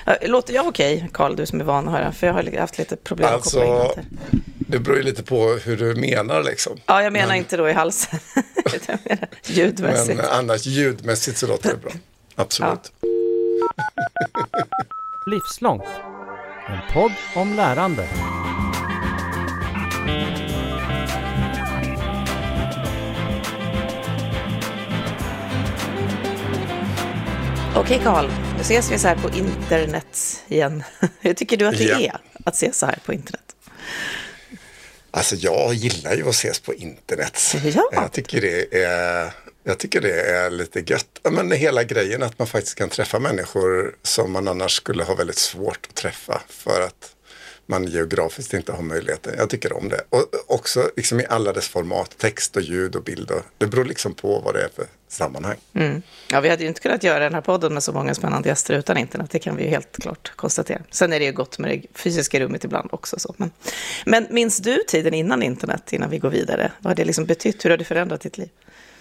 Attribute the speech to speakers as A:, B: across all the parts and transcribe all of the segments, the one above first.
A: Låter jag okej, Carl, du som är van att höra? För jag har haft lite problem att koppla in det här.
B: Det beror ju lite på hur du menar liksom.
A: Ja, jag menar inte då i halsen. Jag menar ljudmässigt.
B: Men annars ljudmässigt så låter det bra. Absolut.
A: Ja.
C: Livslångt. En podd om lärande.
A: Okej, Carl, då ses vi så här på internet igen. Hur tycker du att det är att ses så här på internet?
B: Alltså jag gillar ju att ses på internet.
A: Ja.
B: Jag tycker det är lite gött. Men hela grejen att man faktiskt kan träffa människor som man annars skulle ha väldigt svårt att träffa för att man geografiskt inte har möjligheten. Jag tycker om det. Och också liksom i alla dess format, text och ljud och bild. Det beror liksom på vad det är för sammanhang.
A: Mm. Ja, vi hade ju inte kunnat göra den här podden med så många spännande gäster utan internet. Det kan vi ju helt klart konstatera. Sen är det ju gott med det fysiska rummet ibland också. Så. Men minns du tiden innan internet, innan vi går vidare? Vad har det liksom betytt? Hur har det förändrat ditt liv?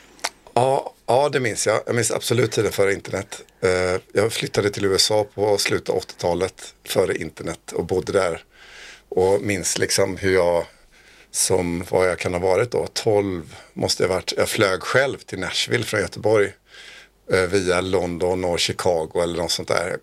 B: Ja, det minns jag. Jag minns absolut tiden före internet. Jag flyttade till USA på slutet av 80-talet före internet och bodde där. Och minns liksom hur jag, som vad jag kan ha varit då, 12 måste jag ha varit. Jag flög själv till Nashville från Göteborg via London och Chicago eller något sånt där.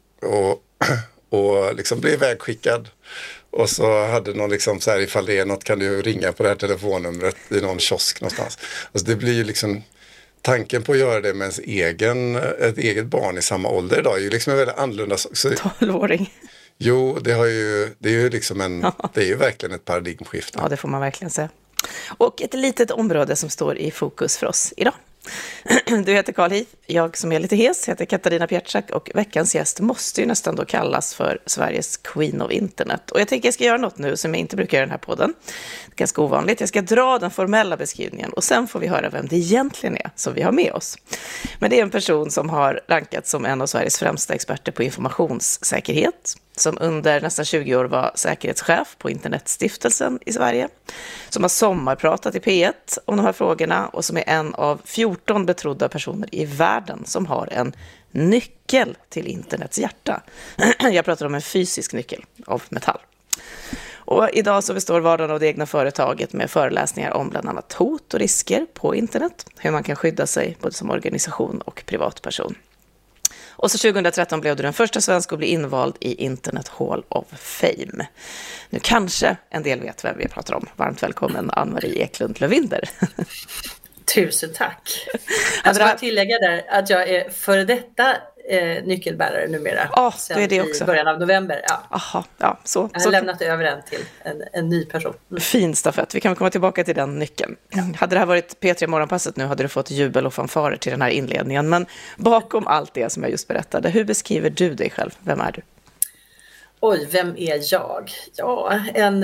B: Och liksom blev vägskickad. Och så hade någon liksom så här, ifall det är något kan du ringa på det här telefonnumret i någon kiosk någonstans. Alltså det blir ju liksom, tanken på att göra det med ett eget barn i samma ålder idag är ju liksom en väldigt annorlunda sak.
A: 12-åring.
B: Jo, det är ju liksom det är ju verkligen ett paradigmskifte.
A: Ja, det får man verkligen säga. Och ett litet område som står i fokus för oss idag. Du heter Carl Heath, jag som är lite hes heter Katarina Pietschak och veckans gäst måste ju nästan då kallas för Sveriges Queen of Internet. Och jag tänker jag ska göra något nu som jag inte brukar göra i den här podden. Det är ganska ovanligt. Jag ska dra den formella beskrivningen och sen får vi höra vem det egentligen är som vi har med oss. Men det är en person som har rankats som en av Sveriges främsta experter på informationssäkerhet, som under nästan 20 år var säkerhetschef på Internetstiftelsen i Sverige, som har sommarpratat i P1 om de här frågorna och som är en av 14 betrodda personer i världen som har en nyckel till internets hjärta. Jag pratar om en fysisk nyckel av metall. Och idag så består vardagen av det egna företaget med föreläsningar om bland annat hot och risker på internet, hur man kan skydda sig både som organisation och privatperson. Och så 2013 blev du den första svensk att bli invald i Internet Hall of Fame. Nu kanske en del vet vem vi pratar om. Varmt välkommen Ann-Marie Eklund Lövinder.
D: Tusen tack. Jag ska tillägga där att jag är före detta nyckelbärare numera.
A: Du är det också.
D: I början av november. Ja.
A: Aha, ja, så.
D: Jag har lämnat över den till en ny person.
A: Fin stafett. Vi kan komma tillbaka till den nyckeln. Hade det här varit P3 Morgonpasset nu hade du fått jubel och fanfarer till den här inledningen. Men bakom allt det som jag just berättade, hur beskriver du dig själv? Vem är du?
D: Oj, vem är jag? Ja, en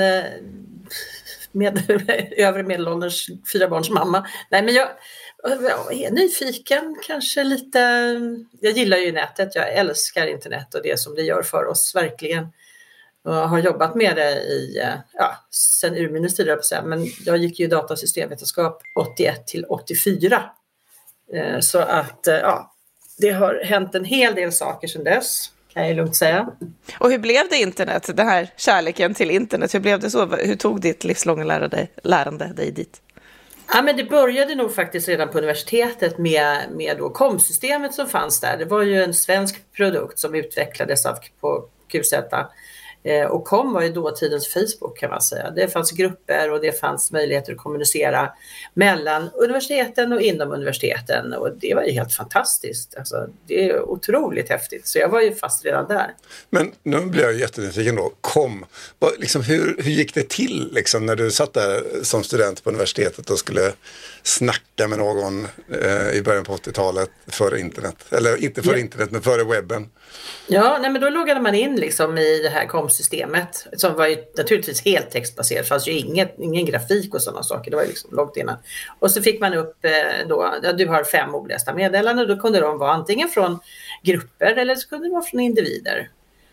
D: övre medelålders 4 barns mamma. Nej, men jag är nyfiken, kanske lite. Jag gillar ju nätet, jag älskar internet och det som det gör för oss verkligen. Jag har jobbat med det sen urminnes tider, men jag gick ju data- och systemvetenskap 81 till 84. Så att det har hänt en hel del saker sedan dess, kan jag lugnt säga.
A: Och hur blev det internet, den här kärleken till internet? Hur blev det så? Hur tog ditt livslånga lärande dig dit?
D: Ja, men det började nog faktiskt redan på universitetet med då KOM-systemet som fanns där. Det var ju en svensk produkt som utvecklades på QZ. Och KOM var ju dåtidens Facebook, kan man säga. Det fanns grupper och det fanns möjligheter att kommunicera mellan universiteten och inom universiteten. Och det var ju helt fantastiskt. Alltså, det är otroligt häftigt. Så jag var ju fast redan där.
B: Men nu blir jag jättenyfiken då. Liksom, hur gick det till liksom, när du satt där som student på universitetet och skulle snacka med någon i början på 80-talet före internet? Eller inte före internet, men före webben.
D: Ja, men då loggade man in liksom i det här KOM-systemet som var ju naturligtvis helt textbaserat. Det fanns ju ingen grafik och sådana saker. Det var ju liksom långt innan. Och så fick man upp du har 5 olästa meddelanden. Då kunde de vara antingen från grupper eller så kunde de vara från individer.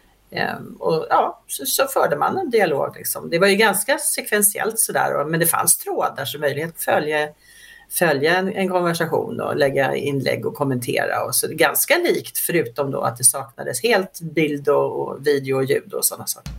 D: Så förde man en dialog liksom. Det var ju ganska sekventiellt sådär, men det fanns trådar så möjlighet att följa en konversation och lägga inlägg och kommentera. Och så det är ganska likt, förutom då att det saknades helt bild och video och ljud och sådana saker.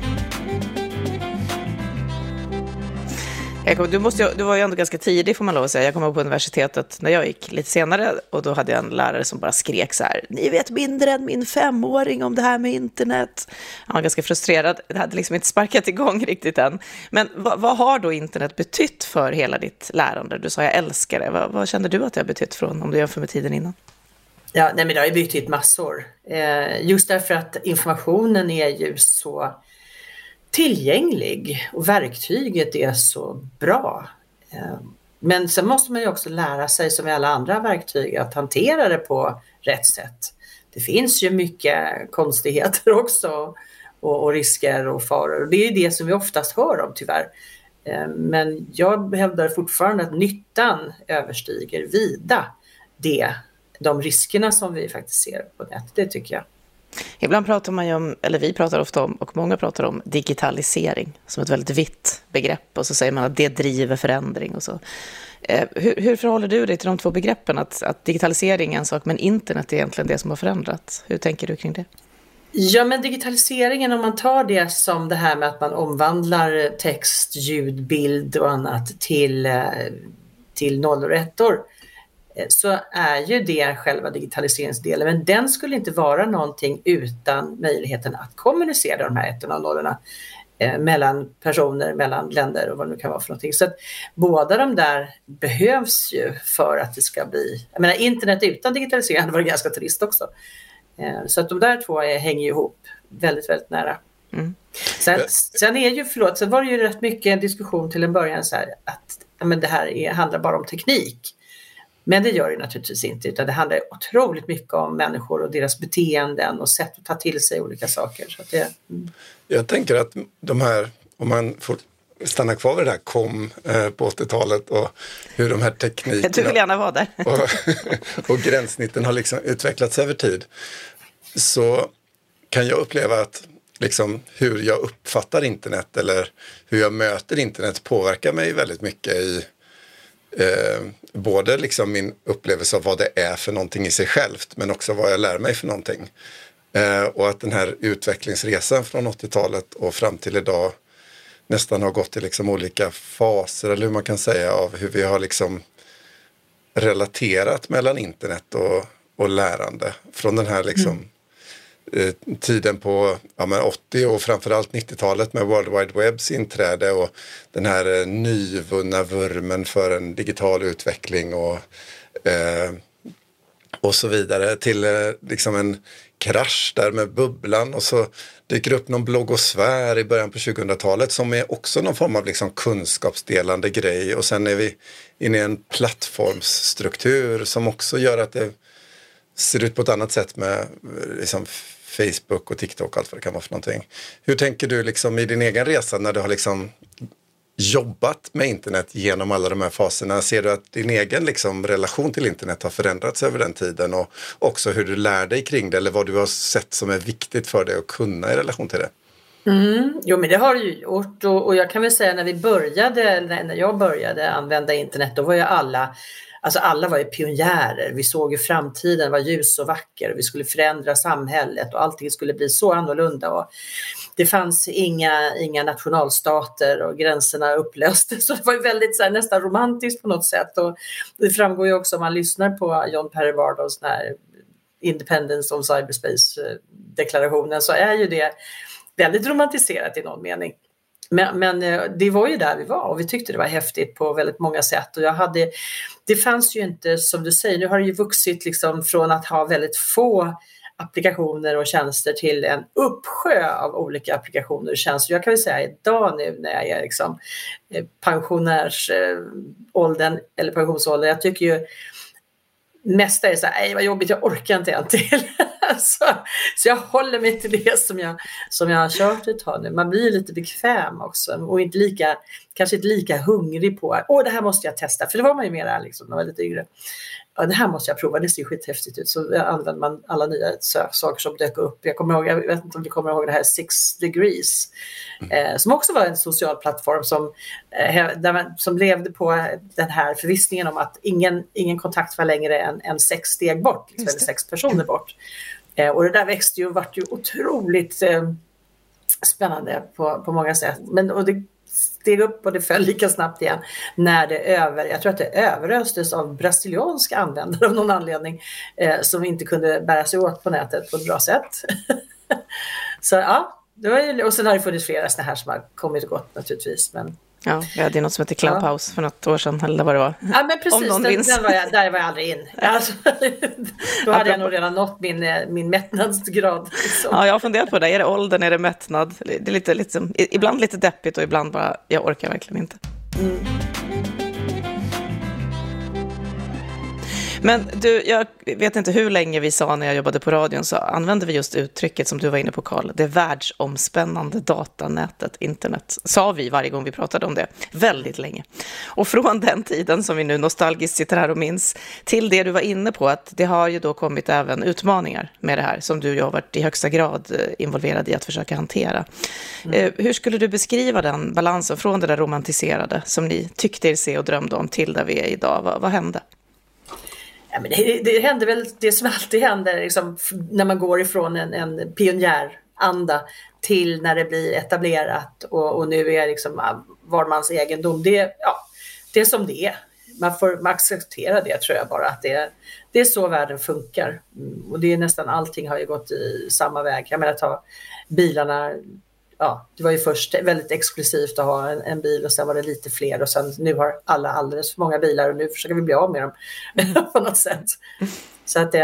A: Du var ju ändå ganska tidig får man lov att säga. Jag kom upp på universitetet när jag gick lite senare och då hade jag en lärare som bara skrek så här: ni vet mindre än min 5-åring om det här med internet. Han var ganska frustrerad. Det hade liksom inte sparkat igång riktigt än. Men vad har då internet betytt för hela ditt lärande? Du sa jag älskar det. Vad kände du att det har betytt från om du jämför med tiden innan?
D: Ja, nej, men det har ju betytt massor. Just därför att informationen är ju så tillgänglig och verktyget är så bra. Men sen måste man ju också lära sig, som i alla andra verktyg, att hantera det på rätt sätt. Det finns ju mycket konstigheter också och risker och faror. Och det är ju det som vi oftast hör om tyvärr. Men jag hävdar fortfarande att nyttan överstiger vida de riskerna som vi faktiskt ser på nätet, det tycker jag.
A: Ibland pratar man ju om, eller vi pratar ofta om, och många pratar om digitalisering som ett väldigt vitt begrepp, och så säger man att det driver förändring och så. Hur förhåller du dig till de två begreppen, att digitalisering är en sak men internet är egentligen det som har förändrats? Hur tänker du kring det?
D: Ja, men digitaliseringen, om man tar det som det här med att man omvandlar text, ljud, bild och annat till nollor och ettor, så är ju det själva digitaliseringsdelen. Men den skulle inte vara någonting utan möjligheten att kommunicera de här ettorna och nollorna mellan personer, mellan länder och vad det nu kan vara för någonting. Så att båda de där behövs ju för att det ska bli... Jag menar, internet utan digitalisering hade varit ganska trist också. Så att de där två hänger ju ihop väldigt, väldigt nära. Mm. Sen var det ju rätt mycket diskussion till en början så här, att men det här handlar bara om teknik. Men det gör det naturligtvis inte, utan det handlar otroligt mycket om människor och deras beteenden och sätt att ta till sig olika saker. Så att
B: Jag tänker att de här, om man får stanna kvar vid det här på 80-talet och hur de här teknikerna...
A: Du vill gärna vara där.
B: och gränssnitten har liksom utvecklats över tid, så kan jag uppleva att liksom hur jag uppfattar internet eller hur jag möter internet påverkar mig väldigt mycket i både liksom min upplevelse av vad det är för någonting i sig självt, men också vad jag lär mig för någonting. Och att den här utvecklingsresan från 80-talet och fram till idag nästan har gått i liksom olika faser, eller hur man kan säga, av hur vi har liksom relaterat mellan internet och lärande. Från den här liksom tiden på 80 och framförallt 90-talet med World Wide Webs inträde och den här nyvunna vurmen för en digital utveckling och så vidare, till liksom en krasch där med bubblan, och så dyker upp någon bloggosfär i början på 2000-talet som är också någon form av liksom kunskapsdelande grej, och sen är vi inne i en plattformsstruktur som också gör att det ser ut på ett annat sätt med liksom Facebook och TikTok och allt vad det kan vara för någonting. Hur tänker du liksom i din egen resa när du har liksom jobbat med internet genom alla de här faserna? Ser du att din egen liksom relation till internet har förändrats över den tiden, och också hur du lär dig kring det, eller vad du har sett som är viktigt för dig att kunna i relation till det?
D: Jo, men det har det ju gjort, och jag kan väl säga när jag började använda internet, då var ju alla var ju pionjärer. Vi såg ju framtiden var ljus och vacker, och vi skulle förändra samhället och allting skulle bli så annorlunda, och det fanns inga nationalstater och gränserna upplöstes, så det var ju väldigt så här, nästan romantiskt på något sätt. Och det framgår ju också om man lyssnar på John Perry-Barlows här Independence of Cyberspace-deklarationen, så är ju det väldigt romantiserat i någon mening. Men det var ju där vi var, och vi tyckte det var häftigt på väldigt många sätt. Och det fanns ju inte, som du säger, nu har det ju vuxit liksom från att ha väldigt få applikationer och tjänster till en uppsjö av olika applikationer och tjänster. Jag kan väl säga idag nu när jag är liksom pensionärsåldern eller pensionsåldern, jag tycker ju mesta är så här, vad jobbigt, jag orkar inte en till. så jag håller mig till det som jag har kört ett tag nu. Man blir lite bekväm också och kanske inte lika hungrig på det här måste jag testa, för det var man ju mera liksom, när man var lite yngre. det här måste jag prova, det ser skithäftigt ut. Så använder man alla nya saker som dök upp. Jag vet inte om du kommer ihåg det här 6 Degrees, som också var en social plattform som levde på den här förvissningen om att ingen kontakt var längre än 6 steg bort, liksom, eller 6 personer bort. Och det där växte ju och vart ju otroligt spännande på många sätt. Och det steg upp och det föll lika snabbt igen när jag tror att det överöstes av brasilianska användare av någon anledning som inte kunde bära sig åt på nätet på ett bra sätt. Så ja, det var ju, och sen har det funnits flera sådana här som har kommit och gått naturligtvis, men
A: ja, vi hade något som heter Clubhouse för något år sedan, eller vad det var.
D: Ja, men precis, där var jag aldrig in. Alltså, då hade jag nog redan nått min mättnadsgrad. Liksom.
A: Ja, jag har funderat på det. Är det åldern, är det mättnad? Det är lite, ibland lite deppigt och ibland bara, jag orkar verkligen inte. Mm. Men du, jag vet inte hur länge vi sa när jag jobbade på radion, så använde vi just uttrycket som du var inne på, Carl, det världsomspännande datanätet, internet, sa vi varje gång vi pratade om det, väldigt länge. Och från den tiden som vi nu nostalgiskt sitter här och minns, till det du var inne på, att det har ju då kommit även utmaningar med det här, som du ju har varit i högsta grad involverad i att försöka hantera. Hur skulle du beskriva den balansen från det där romantiserade som ni tyckte er se och drömde om till där vi är idag? Vad hände?
D: Ja, men det händer väl det som alltid händer liksom, när man går ifrån en pionjäranda till när det blir etablerat och nu är liksom var mans egendom. Det är som det är. Man får acceptera det, tror jag bara, att det är så världen funkar. Och det är nästan allting har ju gått i samma väg. Jag menar, ta bilarna. Ja, det var ju först väldigt exklusivt att ha en bil och sen var det lite fler och sen nu har alla alldeles för många bilar och nu försöker vi bli av med dem på något sätt. Så att det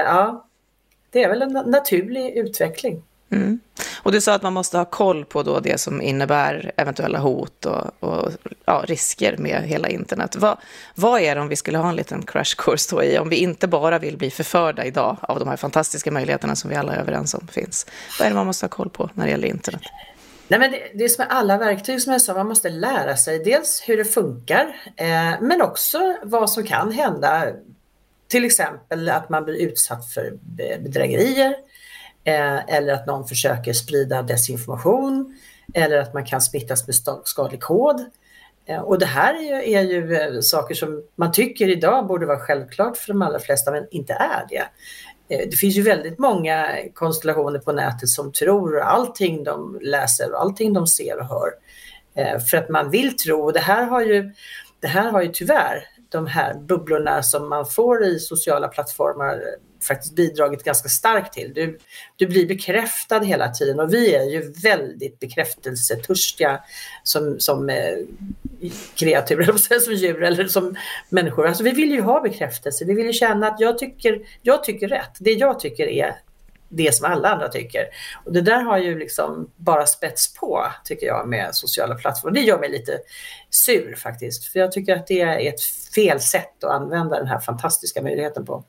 D: är väl en naturlig utveckling.
A: Mm. Och du sa att man måste ha koll på då det som innebär eventuella hot och risker med hela internet. Vad är det om vi skulle ha en liten crash course då i, om vi inte bara vill bli förförda idag av de här fantastiska möjligheterna som vi alla är överens om finns? Vad är det man måste ha koll på när det gäller internet?
D: Nej, men det är som med alla verktyg, som jag sa, man måste lära sig dels hur det funkar, men också vad som kan hända. Till exempel att man blir utsatt för bedrägerier, eller att någon försöker sprida desinformation, eller att man kan smittas med skadlig kod. Och det här är ju saker som man tycker idag borde vara självklart för de allra flesta, men inte är det. Det finns ju väldigt många konstellationer på nätet som tror allting de läser och allting de ser och hör. För att man vill tro, och det här har ju tyvärr de här bubblorna som man får i sociala plattformar faktiskt bidragit ganska starkt till. Du blir bekräftad hela tiden och vi är ju väldigt bekräftelsetörstiga som kreatur, eller som djur eller som människor. Alltså vi vill ju ha bekräftelse, vi vill ju känna att jag tycker rätt. Det jag tycker är det som alla andra tycker. Och det där har ju liksom bara spets på, tycker jag, med sociala plattformar. Det gör mig lite sur faktiskt, för jag tycker att det är ett fel sätt att använda den här fantastiska möjligheten på.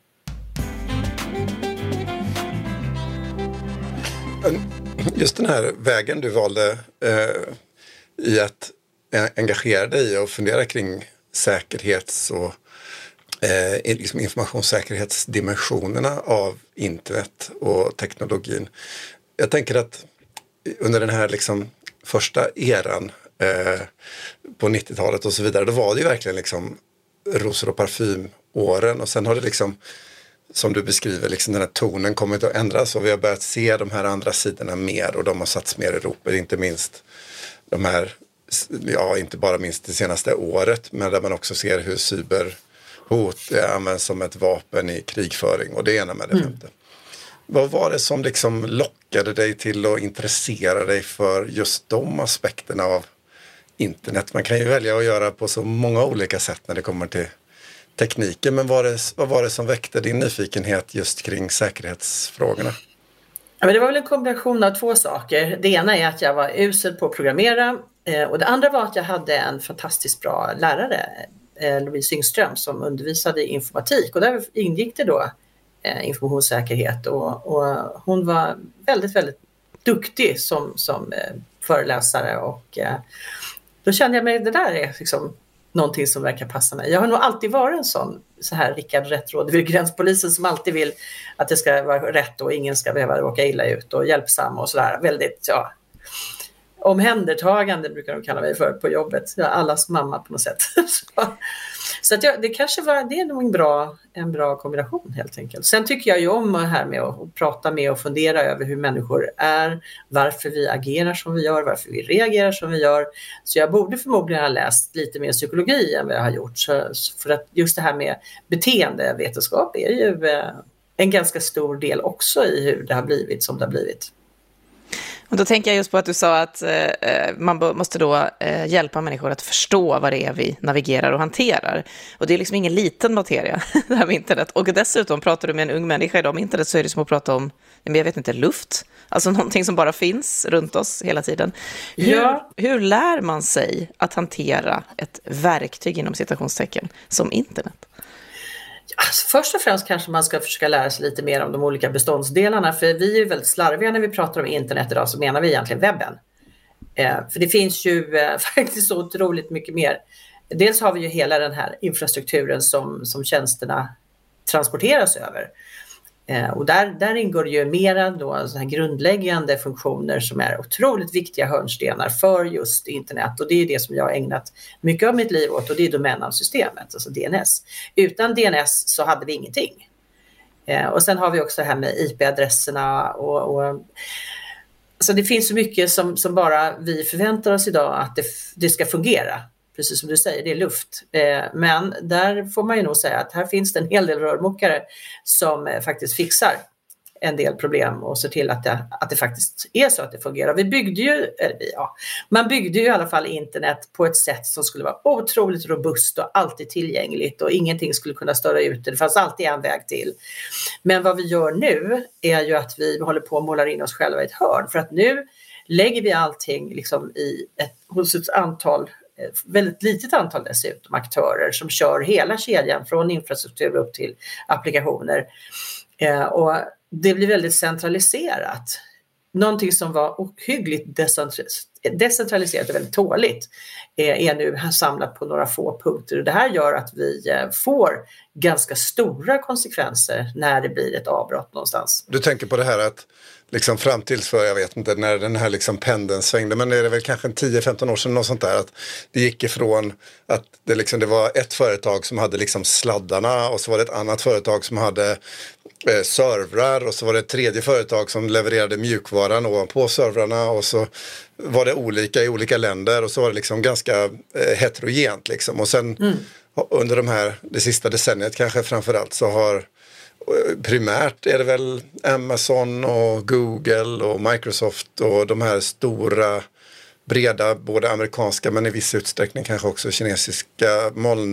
B: Just den här vägen du valde i att engagera dig i och fundera kring säkerhets- och liksom informationssäkerhetsdimensionerna av internet och teknologin. Jag tänker att under den här liksom första eran på 90-talet och så vidare, då var det ju verkligen liksom rosor och parfymåren, och sen har det liksom, som du beskriver, liksom den här tonen kommit att ändras och vi har börjat se de här andra sidorna mer och de har satts mer i ropet, inte minst de här, inte bara minst det senaste året, men där man också ser hur cyberhot används som ett vapen i krigföring och det ena med det femte. Vad var det som liksom lockade dig till att intressera dig för just de aspekterna av internet? Man kan ju välja att göra på så många olika sätt när det kommer till tekniken, men vad var det som väckte din nyfikenhet just kring säkerhetsfrågorna?
D: Ja, men det var väl en kombination av två saker. Det ena är att jag var usel på att programmera och det andra var att jag hade en fantastiskt bra lärare, Louise Yngström, som undervisade i informatik och där ingick det då informationssäkerhet och hon var väldigt, väldigt duktig som föreläsare och då kände jag mig, det där är liksom någonting som verkar passa mig. Jag har nog alltid varit en sån, så här Rickard Rättråd vid gränspolisen, som alltid vill att det ska vara rätt och ingen ska behöva råka illa ut, och hjälpsam och sådär. Väldigt, omhändertagande brukar de kalla mig för på jobbet. Jag är allas mamma på något sätt. Så att det kanske det är nog en bra kombination helt enkelt. Sen tycker jag ju om det här med att prata med och fundera över hur människor är, varför vi agerar som vi gör, varför vi reagerar som vi gör. Så jag borde förmodligen ha läst lite mer psykologi än vad jag har gjort. För att just det här med beteendevetenskap är ju en ganska stor del också i hur det har blivit som det har blivit.
A: Och då tänker jag just på att du sa att man måste då hjälpa människor att förstå vad det är vi navigerar och hanterar. Och det är liksom ingen liten materia, det här med internet. Och dessutom pratar du med en ung människa idag om internet, så är det som att prata om, jag vet inte, luft. Alltså någonting som bara finns runt oss hela tiden. Hur lär man sig att hantera ett verktyg inom citationstecken som internet?
D: Alltså, först och främst kanske man ska försöka lära sig lite mer om de olika beståndsdelarna, för vi är ju väldigt slarviga när vi pratar om internet idag, så menar vi egentligen webben. För det finns ju faktiskt så otroligt mycket mer. Dels har vi ju hela den här infrastrukturen som tjänsterna transporteras över. Och där ingår ju mera då så här grundläggande funktioner som är otroligt viktiga hörnstenar för just internet. Och det är det som jag har ägnat mycket av mitt liv åt, och det är domännamnsystemet, alltså DNS. Utan DNS så hade vi ingenting. Och sen har vi också det här med IP-adresserna och alltså det finns så mycket som bara vi förväntar oss idag att det ska fungera. Precis som du säger, det är luft. Men där får man ju nog säga att här finns det en hel del rörmokare som faktiskt fixar en del problem och ser till att det faktiskt är så att det fungerar. Man byggde ju i alla fall internet på ett sätt som skulle vara otroligt robust och alltid tillgängligt, och ingenting skulle kunna störa ut det. Det fanns alltid en väg till. Men vad vi gör nu är ju att vi håller på att måla in oss själva i ett hörn, för att nu lägger vi allting liksom hos ett väldigt litet antal dessutom aktörer som kör hela kedjan från infrastruktur upp till applikationer. Och det blir väldigt centraliserat. Någonting som var ohyggligt decentraliserat och väldigt tåligt är nu samlat på några få punkter. Och det här gör att vi får ganska stora konsekvenser när det blir ett avbrott någonstans.
B: Du tänker på det här att liksom fram tills för, jag vet inte när den här liksom pendeln svängde, men det är väl kanske 10-15 år sedan något sånt där, att det gick ifrån att det var ett företag som hade liksom sladdarna, och så var det ett annat företag som hade servrar, och så var det ett tredje företag som levererade mjukvaran ovanpå servrarna, och så var det olika i olika länder, och så var det liksom ganska heterogent liksom. Och sen under det sista decenniet kanske framförallt så har primärt är det väl Amazon och Google och Microsoft och de här stora, breda, både amerikanska men i viss utsträckning kanske också kinesiska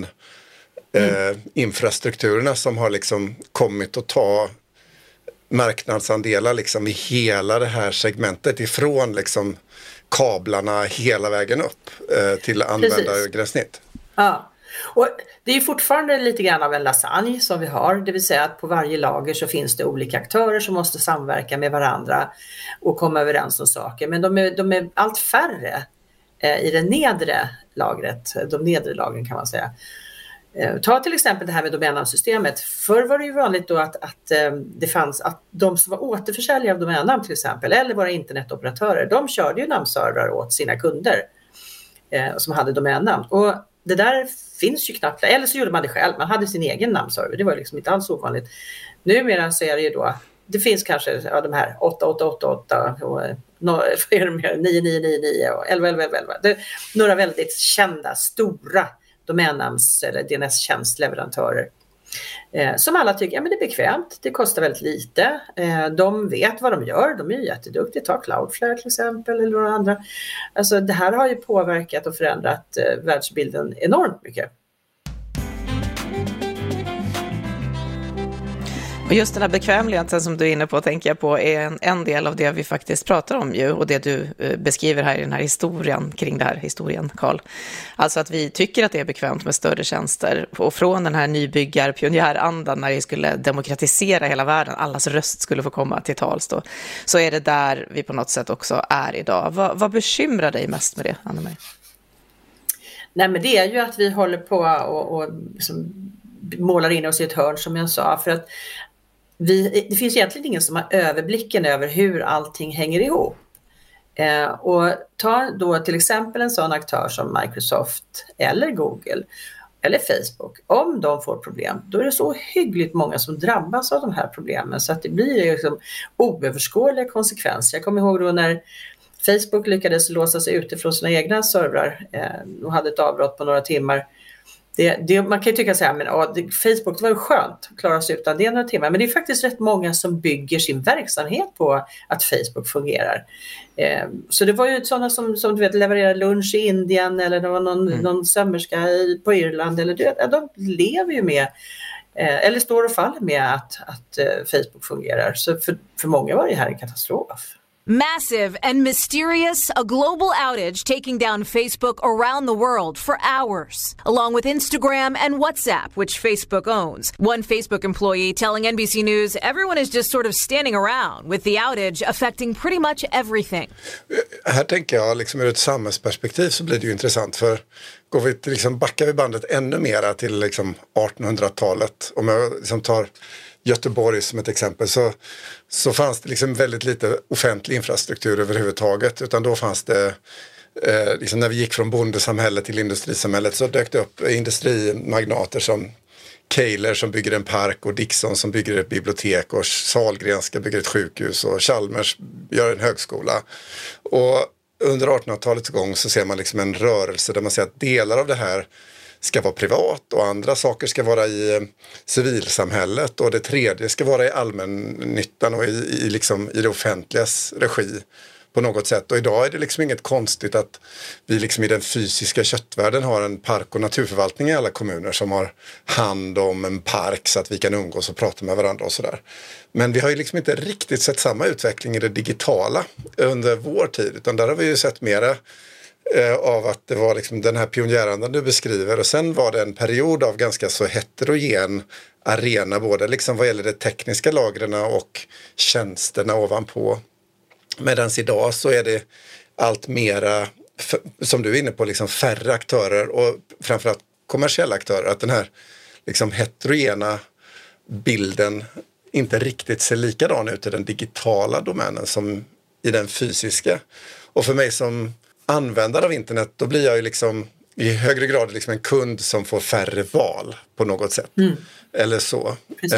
B: infrastrukturerna som har liksom kommit att ta marknadsandelar liksom i hela det här segmentet, ifrån liksom kablarna hela vägen upp till användargränssnitt.
D: Ja. Och det är fortfarande lite grann av en lasagne som vi har, det vill säga att på varje lager så finns det olika aktörer som måste samverka med varandra och komma överens om saker. Men de är allt färre i det nedre lagret, de nedre lagren kan man säga. Ta till exempel det här med domännamnsystemet. Förr var det ju vanligt då att det fanns att de som var återförsäljare av domännamn till exempel, eller våra internetoperatörer, de körde ju namnservrar åt sina kunder som hade domännamn. Och det där finns ju knappt, eller så gjorde man det själv, man hade sin egen namnserver, det var liksom inte alls ovanligt. Numera så är det ju då, det finns kanske de här 8888 och 9999 och 1111. Det är några väldigt kända, stora domännamns- eller DNS-tjänstleverantörer som alla tycker men det är bekvämt, det kostar väldigt lite, de vet vad de gör, de är ju jätteduktiga, ta Cloudflare till exempel eller några andra. Alltså det här har ju påverkat och förändrat världsbilden enormt mycket.
A: Och just den här bekvämligheten som du är inne på, tänker jag på, är en del av det vi faktiskt pratar om ju, och det du beskriver här i den här historien, Carl. Alltså att vi tycker att det är bekvämt med större tjänster, och från den här pionjärandan när vi skulle demokratisera hela världen, allas röst skulle få komma till tals då, så är det där vi på något sätt också är idag. Vad bekymrar dig mest med det, Anna-Marie?
D: Nej, men det är ju att vi håller på och liksom målar in oss i ett hörn, som jag sa, för att det finns egentligen ingen som har överblicken över hur allting hänger ihop. Och ta då till exempel en sån aktör som Microsoft eller Google eller Facebook. Om de får problem, då är det så hyggligt många som drabbas av de här problemen, så att det blir liksom oöverskådliga konsekvenser. Jag kommer ihåg då när Facebook lyckades låsa sig ute från sina egna servrar och hade ett avbrott på några timmar. Man kan ju tycka så här, men Facebook, det var ju skönt att klara sig utan det några timmar, men det är faktiskt rätt många som bygger sin verksamhet på att Facebook fungerar. Så det var ju sådana som du vet levererar lunch i Indien, eller det var någon sömmerska på Irland, eller de lever ju med eller står och faller med att Facebook fungerar. Så för många var det här en katastrof.
E: Massive and mysterious, a global outage taking down Facebook around the world for hours, along with Instagram and WhatsApp, which Facebook owns. One Facebook employee telling NBC News everyone is just sort of standing around with the outage affecting pretty much everything.
B: Här tänker jag liksom ur ett samhällsperspektiv så blir det ju intressant, för går vi till, liksom, backar vi bandet ännu mera till liksom 1800-talet, om jag liksom tar Göteborg som ett exempel, så fanns det liksom väldigt lite offentlig infrastruktur överhuvudtaget, utan då fanns det liksom när vi gick från bondesamhället till industrisamhället så dök det upp industrimagnater som Keiler som bygger en park, och Dixon som bygger ett bibliotek, och Sahlgrenska bygger ett sjukhus, och Chalmers gör en högskola. Och under 1800-talets gång så ser man liksom en rörelse där man säger att delar av det här ska vara privat, och andra saker ska vara i civilsamhället, och det tredje ska vara i allmännyttan och i det offentligas regi på något sätt. Och idag är det liksom inget konstigt att vi liksom i den fysiska köttvärlden har en park- och naturförvaltning i alla kommuner som har hand om en park så att vi kan umgås och prata med varandra och sådär. Men vi har ju liksom inte riktigt sett samma utveckling i det digitala under vår tid, utan där har vi ju sett mera av att det var liksom den här pionjärandan du beskriver, och sen var det en period av ganska så heterogen arena, både liksom vad gäller de tekniska lagren och tjänsterna ovanpå. Medan idag så är det allt mera, som du är inne på, liksom färre aktörer och framförallt kommersiella aktörer, att den här liksom heterogena bilden inte riktigt ser likadan ut i den digitala domänen som i den fysiska. Och för mig som användare av internet, då blir jag ju liksom i högre grad liksom en kund som får färre val på något sätt. Eller så.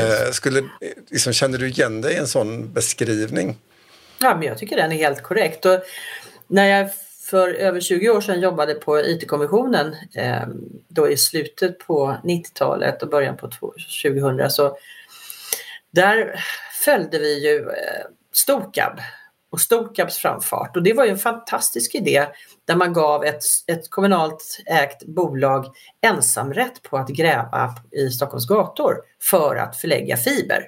B: Känner du igen dig i en sån beskrivning?
D: Ja, men jag tycker den är helt korrekt. Och när jag för över 20 år sedan jobbade på IT-kommissionen, då i slutet på 90-talet och början på 2000, så där följde vi ju Storkab och Storkabs framfart. Och det var ju en fantastisk idé där man gav ett kommunalt ägt bolag ensamrätt på att gräva i Stockholms gator för att förlägga fiber.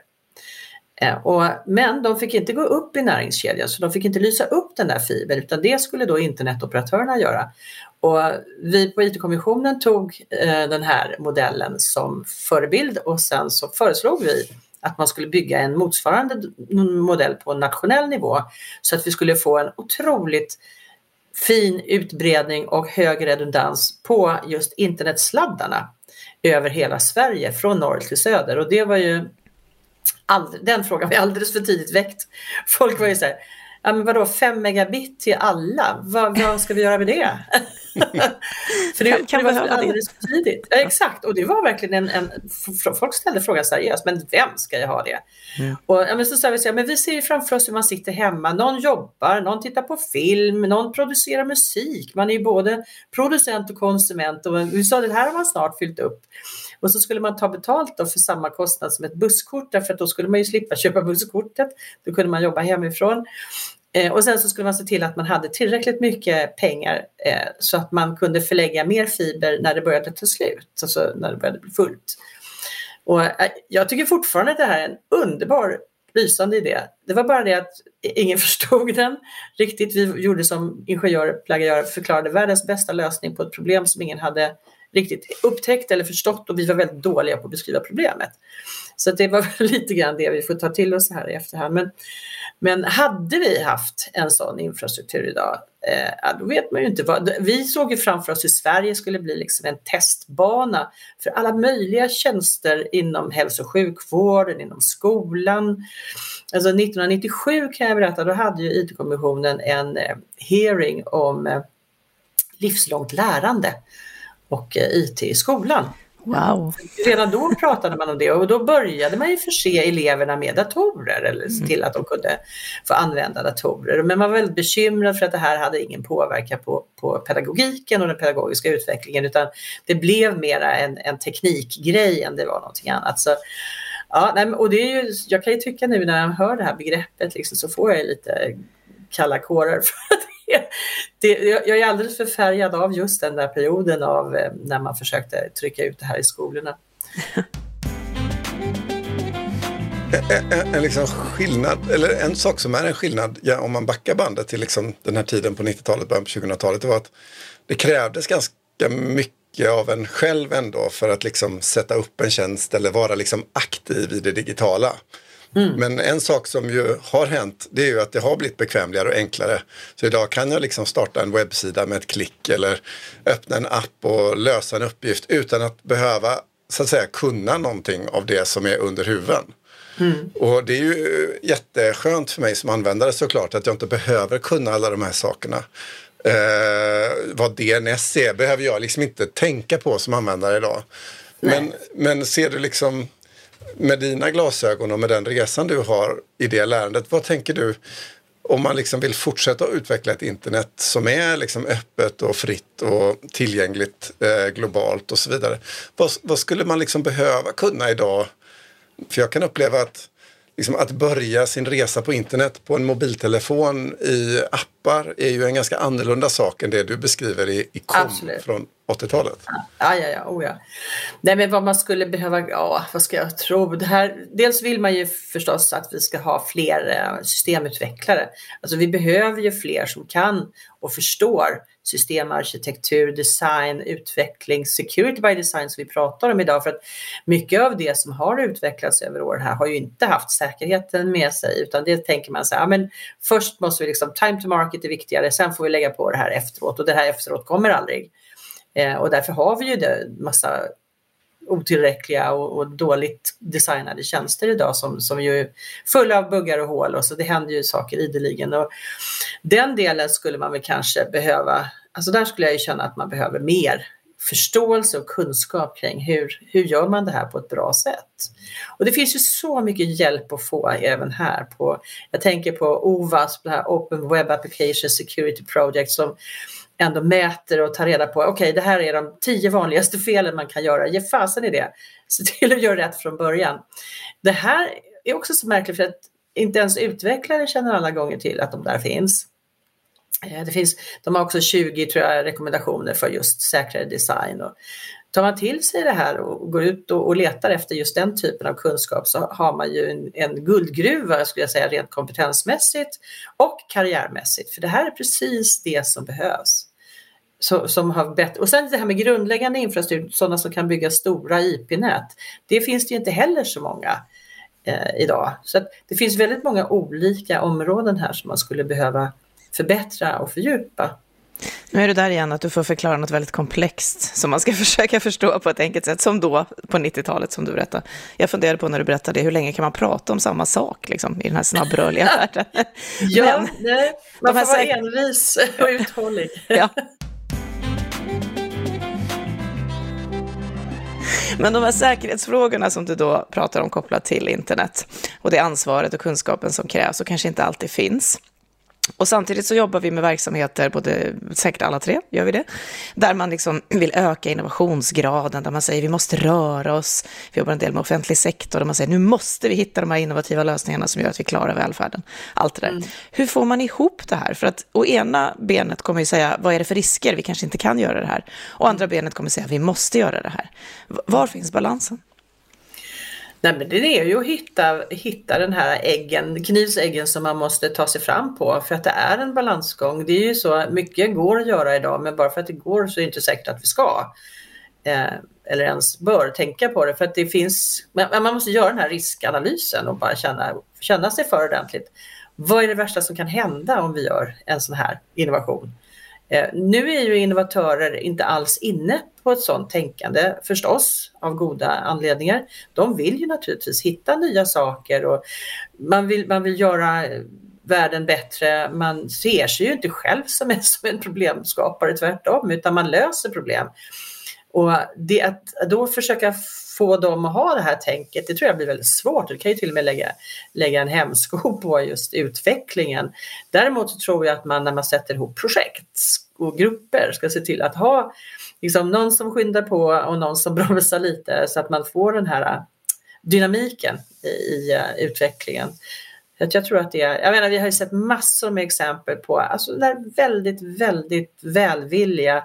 D: Men de fick inte gå upp i näringskedjan, så de fick inte lysa upp den där fibern, utan det skulle då internetoperatörerna göra. Och vi på IT-kommissionen tog den här modellen som förebild, och sen så föreslog vi att man skulle bygga en motsvarande modell på nationell nivå, så att vi skulle få en otroligt fin utbredning och hög redundans på just internetsladdarna över hela Sverige från norr till söder. Och det var ju den frågan var alldeles för tidigt väckt. Folk var ju så här, ja men vadå 5 megabit till alla? Vad ska vi göra med det? För det var alldeles för tidigt. Ja, exakt, och det var verkligen folk ställde frågan seriöst, men vem ska jag ha det? Och men så sa vi så här, men vi ser ju framför oss hur man sitter hemma, någon jobbar, någon tittar på film, någon producerar musik, man är ju både producent och konsument, och vi sa det här har man snart fyllt upp. Och så skulle man ta betalt då för samma kostnad som ett busskort, därför att då skulle man ju slippa köpa busskortet, då kunde man jobba hemifrån. Och sen så skulle man se till att man hade tillräckligt mycket pengar så att man kunde förlägga mer fiber när det började ta slut, alltså när det började bli fullt. Och jag tycker fortfarande att det här är en underbar, lysande idé. Det var bara det att ingen förstod den riktigt. Vi gjorde som ingenjör, plagiör, förklarade världens bästa lösning på ett problem som ingen hade riktigt upptäckt eller förstått, och vi var väldigt dåliga på att beskriva problemet. Så det var lite grann det vi får ta till oss här i efterhand. Men hade vi haft en sån infrastruktur idag, då vet man ju inte vad. Vi såg ju framför oss hur Sverige skulle bli liksom en testbana för alla möjliga tjänster inom hälso- och sjukvården, inom skolan. Alltså 1997 kan jag berätta, då hade ju IT-kommissionen en hearing om livslångt lärande och IT i skolan.
A: Wow.
D: Redan då pratade man om det, och då började man ju förse eleverna med datorer eller se till att de kunde få använda datorer. Men man var väldigt bekymrad för att det här hade ingen påverkan på pedagogiken och den pedagogiska utvecklingen, utan det blev mera en teknikgrej än det var någonting annat. Så, ja, nej, och det är ju, jag kan ju tycka nu när jag hör det här begreppet liksom, så får jag lite kalla kårar för att jag är alldeles förfärgad av just den där perioden av när man försökte trycka ut det här i skolorna.
B: En liksom skillnad, eller en sak som är en skillnad, ja, om man backar bandet till liksom den här tiden på 90-talet, början på 2000-talet, det var att det krävdes ganska mycket av en själv ändå för att liksom sätta upp en tjänst eller vara liksom aktiv i det digitala. Men en sak som ju har hänt, det är ju att det har blivit bekvämligare och enklare. Så idag kan jag liksom starta en webbsida med ett klick eller öppna en app och lösa en uppgift utan att behöva, så att säga, kunna någonting av det som är under huven. Och det är ju jätteskönt för mig som användare såklart att jag inte behöver kunna alla de här sakerna. Vad DNS är behöver jag liksom inte tänka på som användare idag. Men ser du liksom med dina glasögon och med den resan du har i det lärandet, vad tänker du om man liksom vill fortsätta att utveckla ett internet som är liksom öppet och fritt och tillgängligt globalt och så vidare? Vad skulle man liksom behöva kunna idag? För jag kan uppleva att liksom att börja sin resa på internet på en mobiltelefon i appar är ju en ganska annorlunda sak än det du beskriver i från 80-talet.
D: Ja. Nej, men vad man skulle behöva, vad ska jag tro? Det här, dels vill man ju förstås att vi ska ha fler systemutvecklare. Alltså vi behöver ju fler som kan och förstår systemarkitektur, design, utveckling, security by design som vi pratar om idag. För att mycket av det som har utvecklats över åren här har ju inte haft säkerheten med sig, utan det tänker man så här, men först måste vi liksom, time to market är viktigare, sen får vi lägga på det här efteråt, och det här efteråt kommer aldrig. Och därför har vi ju massa otillräckliga och dåligt designade tjänster idag som ju är fulla av buggar och hål, och så det händer ju saker ideligen, och den delen skulle man väl kanske behöva, alltså där skulle jag ju känna att man behöver mer förståelse och kunskap kring hur gör man det här på ett bra sätt. Och det finns ju så mycket hjälp att få även här jag tänker på OWASP, det här Open Web Application Security Project, som ändå mäter och tar reda på, okej, det här är de 10 vanligaste felen man kan göra. Ge fasen i det. Se till att göra rätt från början. Det här är också så märkligt, för att inte ens utvecklare känner alla gånger till att de där finns. De har också 20 tror jag, rekommendationer för just säkrare design. Och tar man till sig det här och går ut och letar efter just den typen av kunskap, så har man ju en guldgruva, skulle jag säga, rent kompetensmässigt och karriärmässigt. För det här är precis det som behövs. Som har bättre. Och sen det här med grundläggande infrastruktur, sådana som kan bygga stora IP-nät. Det finns det ju inte heller så många idag. Så att det finns väldigt många olika områden här som man skulle behöva förbättra och fördjupa.
A: Nu är det där igen att du får förklara något väldigt komplext som man ska försöka förstå på ett enkelt sätt, som då på 90-talet som du berättade. Jag funderade på när du berättade hur länge kan man prata om samma sak liksom, i den här snabbrörliga världen.
D: Ja, nej, man får vara envis och uthållig.
A: Ja. Men de här säkerhetsfrågorna som du då pratar om kopplat till internet och det ansvaret och kunskapen som krävs och kanske inte alltid finns. Och samtidigt så jobbar vi med verksamheter, både säkert alla tre gör vi det, där man liksom vill öka innovationsgraden, där man säger vi måste röra oss. Vi jobbar en del med offentlig sektor där man säger nu måste vi hitta de här innovativa lösningarna som gör att vi klarar välfärden. Allt det där. Hur får man ihop det här? För att å ena benet kommer ju säga vad är det för risker? Vi kanske inte kan göra det här. Och andra benet kommer säga vi måste göra det här. Var finns balansen?
D: Nej, men det är ju att hitta den här knivsäggen som man måste ta sig fram på, för att det är en balansgång. Det är ju så, mycket går att göra idag, men bara för att det går så är det inte säkert att vi ska. eller ens bör tänka på det, för att det finns, man måste göra den här riskanalysen och bara känna sig för ordentligt. Vad är det värsta som kan hända om vi gör en sån här innovation? Nu är ju innovatörer inte alls inne på ett sådant tänkande, förstås, av goda anledningar. De vill ju naturligtvis hitta nya saker och man vill göra världen bättre. Man ser sig ju inte själv som en problemskapare, tvärtom, utan man löser problem. Och det att då försöka få dem att ha det här tänket, det tror jag blir väldigt svårt. Det kan ju till och med lägga en hämsko på just utvecklingen. Däremot så tror jag att man, när man sätter ihop projekt och grupper, ska se till att ha liksom någon som skyndar på och någon som bromsar lite, så att man får den här dynamiken i utvecklingen. Jag tror att vi har ju sett massor med exempel på där väldigt, väldigt välvilliga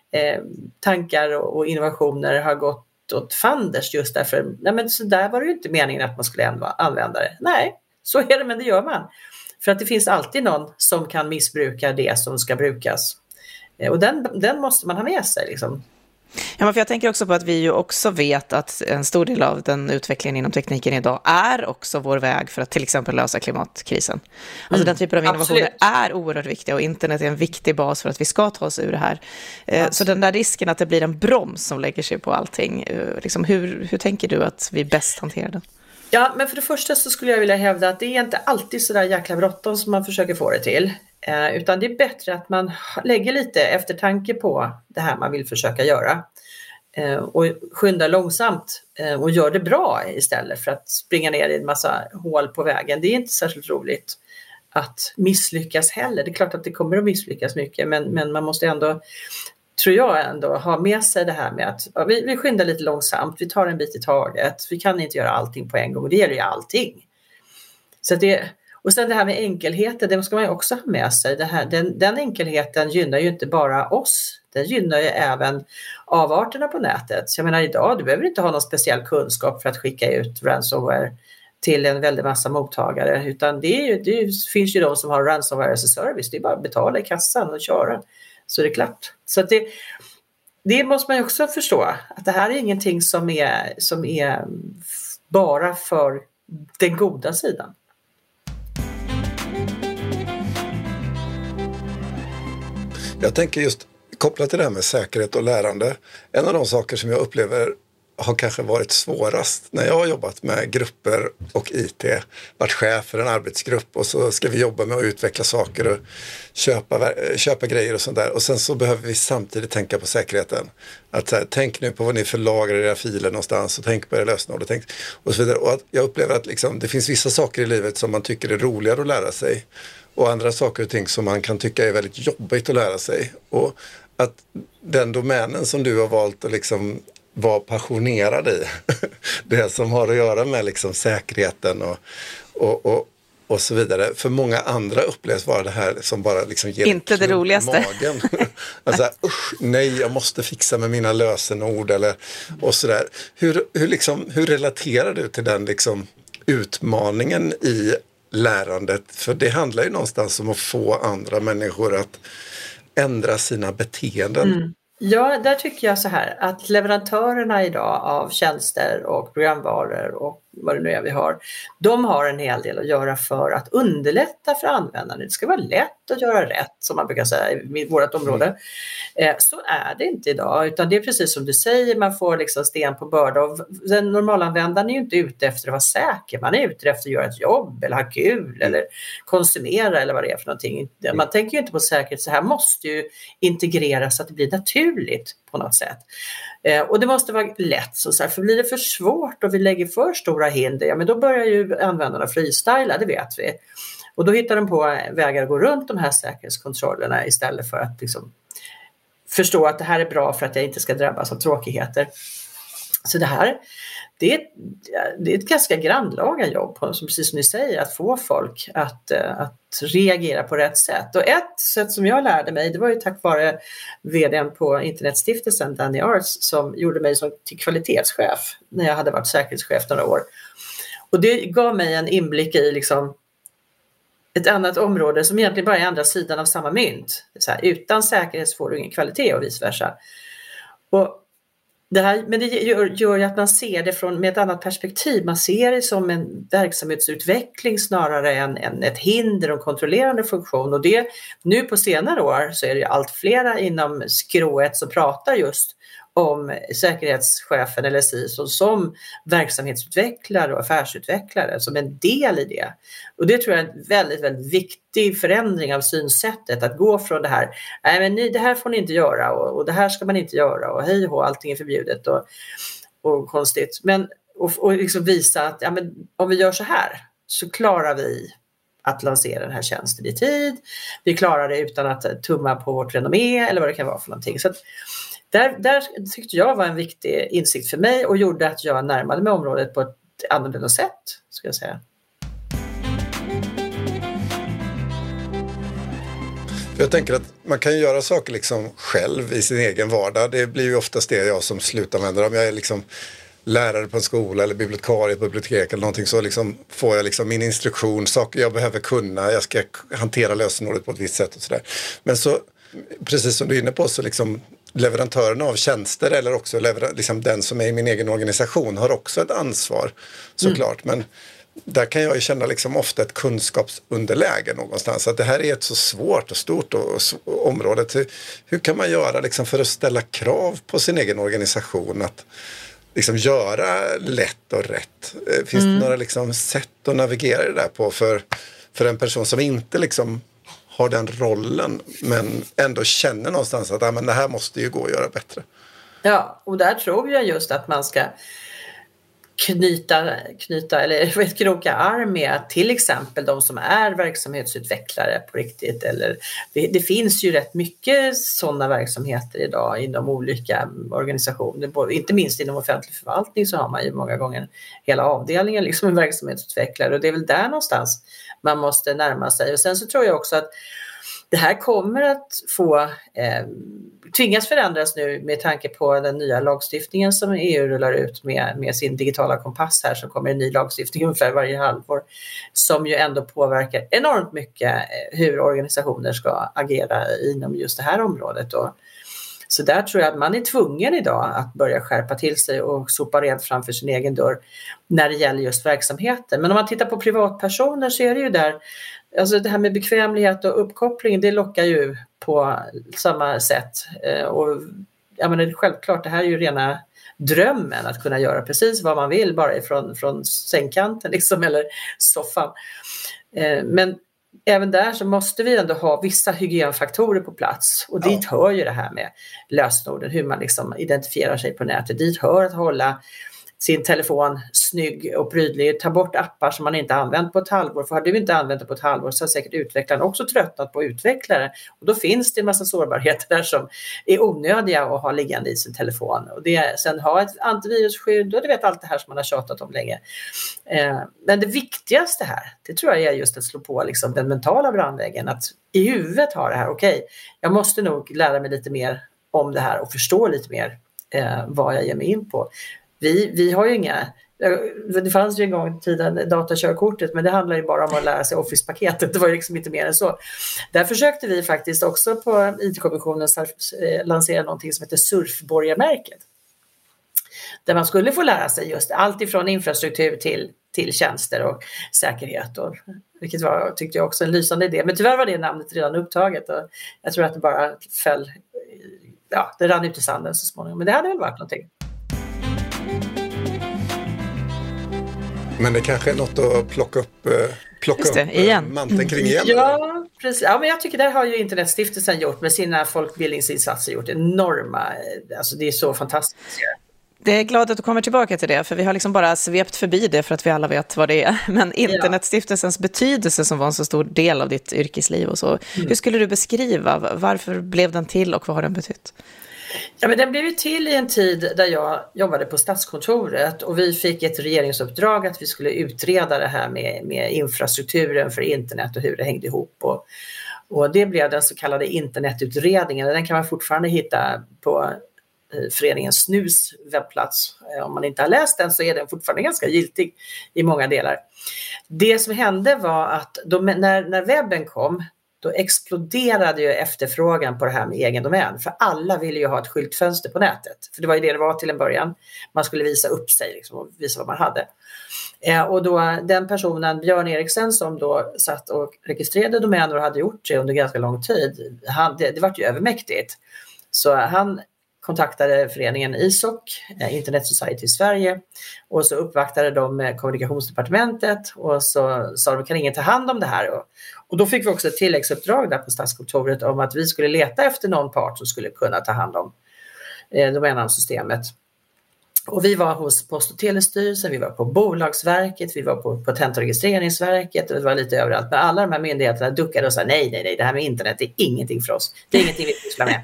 D: tankar och innovationer har gått åt fanders, just därför, men så där var det ju inte meningen att man skulle använda det. Nej, så är det, men det gör man. För att det finns alltid någon som kan missbruka det som ska brukas. Och den måste man ha med sig liksom.
A: Ja, men för jag tänker också på att vi ju också vet att en stor del av den utvecklingen inom tekniken idag är också vår väg för att till exempel lösa klimatkrisen. Alltså den typen av innovationer är oerhört viktiga, och internet är en viktig bas för att vi ska ta oss ur det här. Så den där risken att det blir en broms som lägger sig på allting, liksom, hur tänker du att vi bäst hanterar den?
D: Ja, men för det första så skulle jag vilja hävda att det är inte alltid så där jäkla bråttom som man försöker få det till. Utan det är bättre att man lägger lite eftertanke på det här man vill försöka göra. Och skyndar långsamt och gör det bra istället för att springa ner i en massa hål på vägen. Det är inte särskilt roligt att misslyckas heller. Det är klart att det kommer att misslyckas mycket, men man måste ändå, tror jag, ha med sig det här med att vi skyndar lite långsamt, vi tar en bit i taget. Vi kan inte göra allting på en gång, och det gäller ju allting. Så och sen det här med enkelheten, det ska man ju också ha med sig. Den enkelheten gynnar ju inte bara oss, den gynnar ju även avarterna på nätet. Så jag menar, idag, du behöver inte ha någon speciell kunskap för att skicka ut ransomware till en väldig massa mottagare, utan det finns ju de som har ransomware as a service. Det är bara att betala i kassan och köra, så det är klart. Så att det måste man ju också förstå, att det här är ingenting som är bara för den goda sidan.
B: Jag tänker just kopplat till det här med säkerhet och lärande. En av de saker som jag upplever har kanske varit svårast när jag har jobbat med grupper och IT. Varit chef för en arbetsgrupp, och så ska vi jobba med att utveckla saker och köpa grejer och sånt där. Och sen så behöver vi samtidigt tänka på säkerheten. Att så här, tänk nu på vad ni förlagrar era filer någonstans, och tänk på era lösenord och så vidare. Och att jag upplever att liksom, det finns vissa saker i livet som man tycker är roligare att lära sig. Och andra saker och ting som man kan tycka är väldigt jobbigt att lära sig. Och att den domänen som du har valt att liksom vara passionerad i, det som har att göra med liksom säkerheten och så vidare. För många andra upplevs vara det här som bara liksom ger
A: inte det roligaste.
B: Magen. Alltså, nej, jag måste fixa med mina lösenord och sådär. Hur relaterar du till den liksom utmaningen i lärandet? För det handlar ju någonstans om att få andra människor att ändra sina beteenden.
D: Mm. Ja, där tycker jag så här att leverantörerna idag av tjänster och programvaror och vad det nu är vi har, de har en hel del att göra för att underlätta för användarna. Det ska vara lätt att göra rätt, som man brukar säga i vårt område. Så är det inte idag, utan det är precis som du säger, man får liksom sten på börda. Och den normalanvändaren är ju inte ute efter att vara säker, man är ute efter att göra ett jobb eller ha kul eller konsumera eller vad det är för någonting. Man tänker ju inte på säkerhet, så här måste ju integreras så att det blir naturligt på något sätt. Och det måste vara lätt, så här, för blir det för svårt och vi lägger för stora hinder, ja, men då börjar ju användarna freestyla, det vet vi. Och då hittar de på vägar att gå runt de här säkerhetskontrollerna istället för att liksom förstå att det här är bra för att jag inte ska drabbas av tråkigheter. Så det här, det är ett ganska grannlaga jobb, precis som ni säger, att få folk att reagera på rätt sätt. Och ett sätt som jag lärde mig, det var ju tack vare vdn på Internetstiftelsen, Danny Arts, som gjorde mig till kvalitetschef när jag hade varit säkerhetschef några år. Och det gav mig en inblick i liksom ett annat område som egentligen bara är andra sidan av samma mynt. Så här, utan säkerhet får du ingen kvalitet och vice versa. Och Men det gör ju att man ser det med ett annat perspektiv. Man ser det som en verksamhetsutveckling snarare än ett hinder och kontrollerande funktion. Och det, nu på senare år så är det ju allt flera inom skrået som pratar just om säkerhetschefen eller CISO som verksamhetsutvecklare och affärsutvecklare som en del i det. Och det tror jag är en väldigt, väldigt viktig förändring av synsättet, att gå från det här, nej men det här får ni inte göra och det här ska man inte göra och hej och allting är förbjudet och konstigt. Men och liksom visa att ja, men om vi gör så här så klarar vi att lansera den här tjänsten i tid. Vi klarar det utan att tumma på vårt renommé eller vad det kan vara för någonting. Så att där tyckte jag var en viktig insikt för mig och gjorde att jag närmade mig området på ett annorlunda sätt, ska jag säga.
B: Jag tänker att man kan göra saker liksom själv i sin egen vardag. Det blir ju oftast det jag som slutanvändare. Om jag är liksom lärare på en skola eller bibliotekarie på bibliotek eller någonting, så liksom får jag liksom min instruktion, saker jag behöver kunna. Jag ska hantera lösenordet på ett visst sätt och sådär. Men så, precis som du är inne på, så liksom leverantörerna av tjänster eller också liksom den som är i min egen organisation har också ett ansvar såklart. Men där kan jag ju känna liksom ofta ett kunskapsunderläge någonstans. Att det här är ett så svårt och stort område. Hur kan man göra liksom för att ställa krav på sin egen organisation att liksom göra lätt och rätt? Finns det några liksom sätt att navigera det där på för en person som inte liksom har den rollen men ändå känner någonstans att men det här måste ju gå att göra bättre? Ja,
D: och där tror jag just att man ska knyta eller kroka arm med till exempel de som är verksamhetsutvecklare på riktigt. Eller, det finns ju rätt mycket sådana verksamheter idag inom olika organisationer. Inte minst inom offentlig förvaltning så har man ju många gånger hela avdelningen liksom en verksamhetsutvecklare, och det är väl där någonstans man måste närma sig. Och sen så tror jag också att det här kommer att få tvingas förändras nu med tanke på den nya lagstiftningen som EU rullar ut med sin digitala kompass här, som kommer en ny lagstiftning ungefär varje halvår, som ju ändå påverkar enormt mycket hur organisationer ska agera inom just det här området. Så där tror jag att man är tvungen idag att börja skärpa till sig och sopa rent framför sin egen dörr när det gäller just verksamheten. Men om man tittar på privatpersoner så är det ju där, alltså det här med bekvämlighet och uppkoppling, det lockar ju på samma sätt. Och jag menar, självklart, det här är ju rena drömmen att kunna göra precis vad man vill bara från sängkanten liksom, eller soffan. Men även där så måste vi ändå ha vissa hygienfaktorer på plats, och dit hör ju det här med lösenorden, hur man liksom identifierar sig på nätet. Dit hör att hålla sin telefon snygg och prydlig, ta bort appar som man inte använt på ett halvår, för har du inte använt det på ett halvår så har säkert utvecklaren också tröttnat på utvecklare, och då finns det en massa sårbarheter där som är onödiga att ha liggande i sin telefon. Och sen ha ett antivirusskydd och du vet allt det här som man har tjatat om länge. Men det viktigaste här, det tror jag är just att slå på liksom den mentala brandväggen, att i huvudet ha det här, okej, jag måste nog lära mig lite mer om det här och förstå lite mer vad jag ger mig in på. Vi har ju det fanns ju en gång i tiden datakörkortet, men det handlar ju bara om att lära sig Office-paketet. Det var ju liksom inte mer än så. Där försökte vi faktiskt också på IT-kommissionen lansera någonting som heter surfborgarmärket. Där man skulle få lära sig just allt ifrån infrastruktur till tjänster och säkerhet. Vilket tyckte jag också en lysande idé. Men tyvärr var det namnet redan upptaget, och jag tror att det bara det rann ut i sanden så småningom. Men det hade väl varit någonting.
B: Men det kanske är något att plocka upp manteln kring igen.
D: Ja, precis. Ja, men jag tycker där har ju Internetstiftelsen gjort med sina folkbildningsinsatser gjort enorma, alltså det är så fantastiskt.
A: Det är glad att du kommer tillbaka till det, för vi har liksom bara svept förbi det för att vi alla vet vad det är. Men Internetstiftelsens betydelse som var en så stor del av ditt yrkesliv och så. Hur skulle du beskriva, varför blev den till och vad har den betytt?
D: Ja, men den blev ju till i en tid där jag jobbade på Statskontoret, och vi fick ett regeringsuppdrag att vi skulle utreda det här med infrastrukturen för internet och hur det hängde ihop. Och det blev den så kallade internetutredningen. Den kan man fortfarande hitta på föreningen SNUs webbplats. Om man inte har läst den så är den fortfarande ganska giltig i många delar. Det som hände var att när webben kom, då exploderade ju efterfrågan på det här med egen domän. För alla ville ju ha ett skyltfönster på nätet. För det var ju det var till en början. Man skulle visa upp sig liksom, och visa vad man hade. Och då den personen, Björn Eriksen, som då satt och registrerade domäner och hade gjort det under ganska lång tid. Det var ju övermäktigt. Så han kontaktade föreningen ISOC, Internet Society i Sverige, och så uppvaktade de kommunikationsdepartementet och så sa de, kan ingen ta hand om det här? Och då fick vi också ett tilläggsuppdrag där på Statskontoret om att vi skulle leta efter någon part som skulle kunna ta hand om domännamnssystemet. Och vi var hos Post- och telestyrelsen, vi var på Bolagsverket, vi var på Patent- och registreringsverket, och det var lite överallt. Men alla de här myndigheterna duckade och sa nej, det här med internet är ingenting för oss. Det är ingenting vi sysslar med.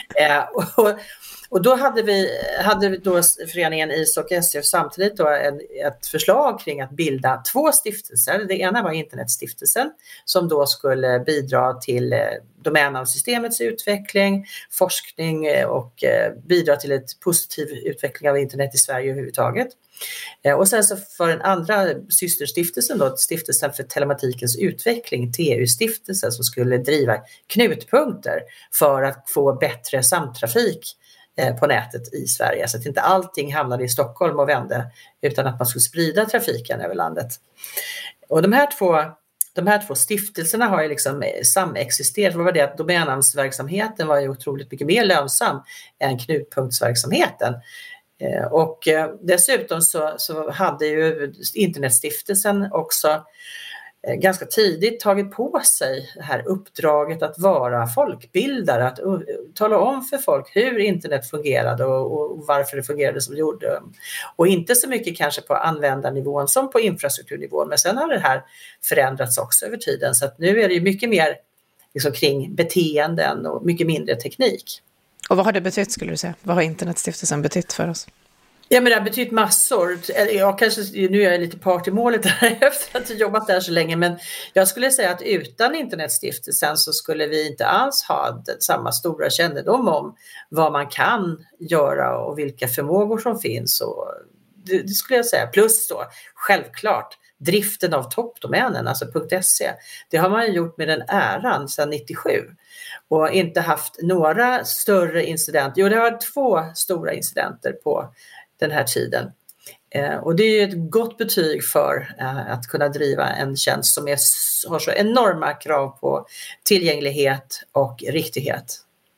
D: Och då hade då föreningen ISOC och SCF samtidigt då ett förslag kring att bilda 2 stiftelser. Det ena var Internetstiftelsen som då skulle bidra till domännamnsystemets utveckling, forskning och bidra till ett positiv utveckling av internet i Sverige överhuvudtaget. Och sen så för den andra systerstiftelsen då, Stiftelsen för telematikens utveckling, TU-stiftelsen, som skulle driva knutpunkter för att få bättre samtrafik på nätet i Sverige, så att inte allting hamnade i Stockholm och vände, utan att man skulle sprida trafiken över landet. Och de här två stiftelserna har ju liksom samexisterat. Vad var det? Att domännamnsverksamheten var ju otroligt mycket mer lönsam än knutpunktsverksamheten. Och dessutom så hade ju Internetstiftelsen också ganska tidigt tagit på sig det här uppdraget att vara folkbildare, att tala om för folk hur internet fungerade och varför det fungerade som det gjorde. Och inte så mycket kanske på användarnivån som på infrastrukturnivån, men sen har det här förändrats också över tiden, så att nu är det ju mycket mer liksom kring beteenden och mycket mindre teknik.
A: Och vad har det betytt, skulle du säga? Vad har Internetstiftelsen betytt för oss?
D: Ja, men det har betytt massor. Nu är jag lite part i målet här efter att ha jobbat där så länge, men jag skulle säga att utan Internetstiftelsen så skulle vi inte alls ha samma stora kännedom om vad man kan göra och vilka förmågor som finns. Och det skulle jag säga. Plus då, självklart, driften av toppdomänen, alltså .se. Det har man ju gjort med den äran sedan 97 och inte haft några större incidenter. Jo, det har varit 2 stora incidenter på den här tiden. Och det är ju ett gott betyg för att kunna driva en tjänst som har så enorma krav på tillgänglighet och riktighet.